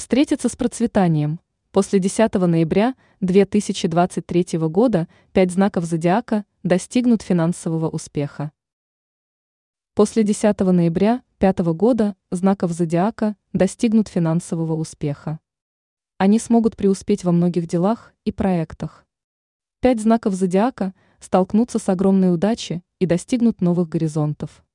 Встретиться с процветанием. После 10 ноября 2023 года 5 знаков зодиака достигнут финансового успеха. После 10 ноября 5 года знаков зодиака достигнут финансового успеха. Они смогут преуспеть во многих делах и проектах. 5 знаков зодиака столкнутся с огромной удачей и достигнут новых горизонтов.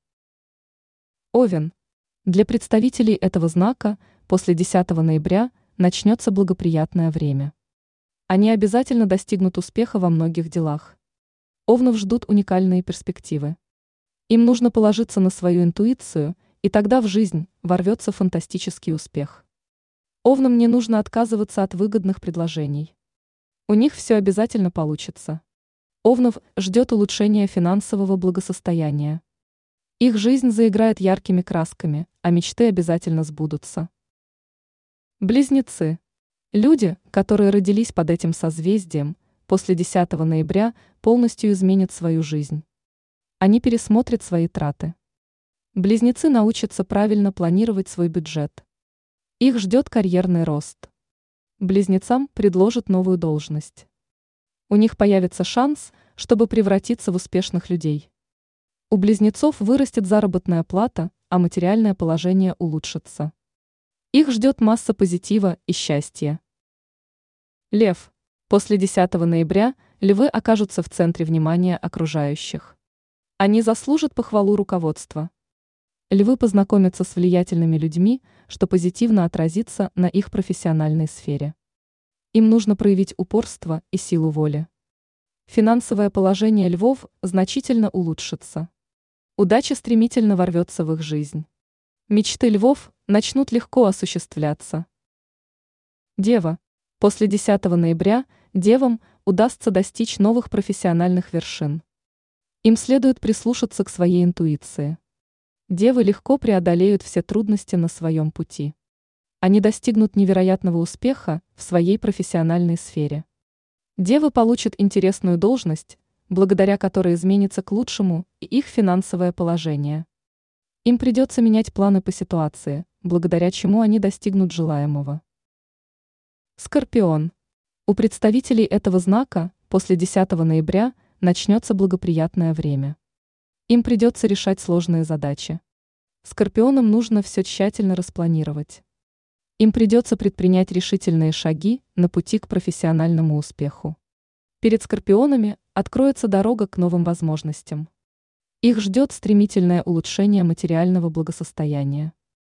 Овен. Для представителей этого знака после 10 ноября начнется благоприятное время. Они обязательно достигнут успеха во многих делах. Овнов ждут уникальные перспективы. Им нужно положиться на свою интуицию, и тогда в жизнь ворвется фантастический успех. Овнам не нужно отказываться от выгодных предложений. У них все обязательно получится. Овнов ждет улучшения финансового благосостояния. Их жизнь заиграет яркими красками, а мечты обязательно сбудутся. Близнецы. Люди, которые родились под этим созвездием, после 10 ноября полностью изменят свою жизнь. Они пересмотрят свои траты. Близнецы научатся правильно планировать свой бюджет. Их ждет карьерный рост. Близнецам предложат новую должность. У них появится шанс, чтобы превратиться в успешных людей. У близнецов вырастет заработная плата, а материальное положение улучшится. Их ждет масса позитива и счастья. Лев. После 10 ноября львы окажутся в центре внимания окружающих. Они заслужат похвалу руководства. Львы познакомятся с влиятельными людьми, что позитивно отразится на их профессиональной сфере. Им нужно проявить упорство и силу воли. Финансовое положение львов значительно улучшится. Удача стремительно ворвется в их жизнь. Мечты львов начнут легко осуществляться. Дева. После 10 ноября девам удастся достичь новых профессиональных вершин. Им следует прислушаться к своей интуиции. Девы легко преодолеют все трудности на своем пути. Они достигнут невероятного успеха в своей профессиональной сфере. Девы получат интересную должность, благодаря которой изменится к лучшему и их финансовое положение. Им придется менять планы по ситуации, благодаря чему они достигнут желаемого. Скорпион. У представителей этого знака после 10 ноября начнется благоприятное время. Им придется решать сложные задачи. Скорпионам нужно все тщательно распланировать. Им придется предпринять решительные шаги на пути к профессиональному успеху. Перед скорпионами откроется дорога к новым возможностям. Их ждет стремительное улучшение материального благосостояния.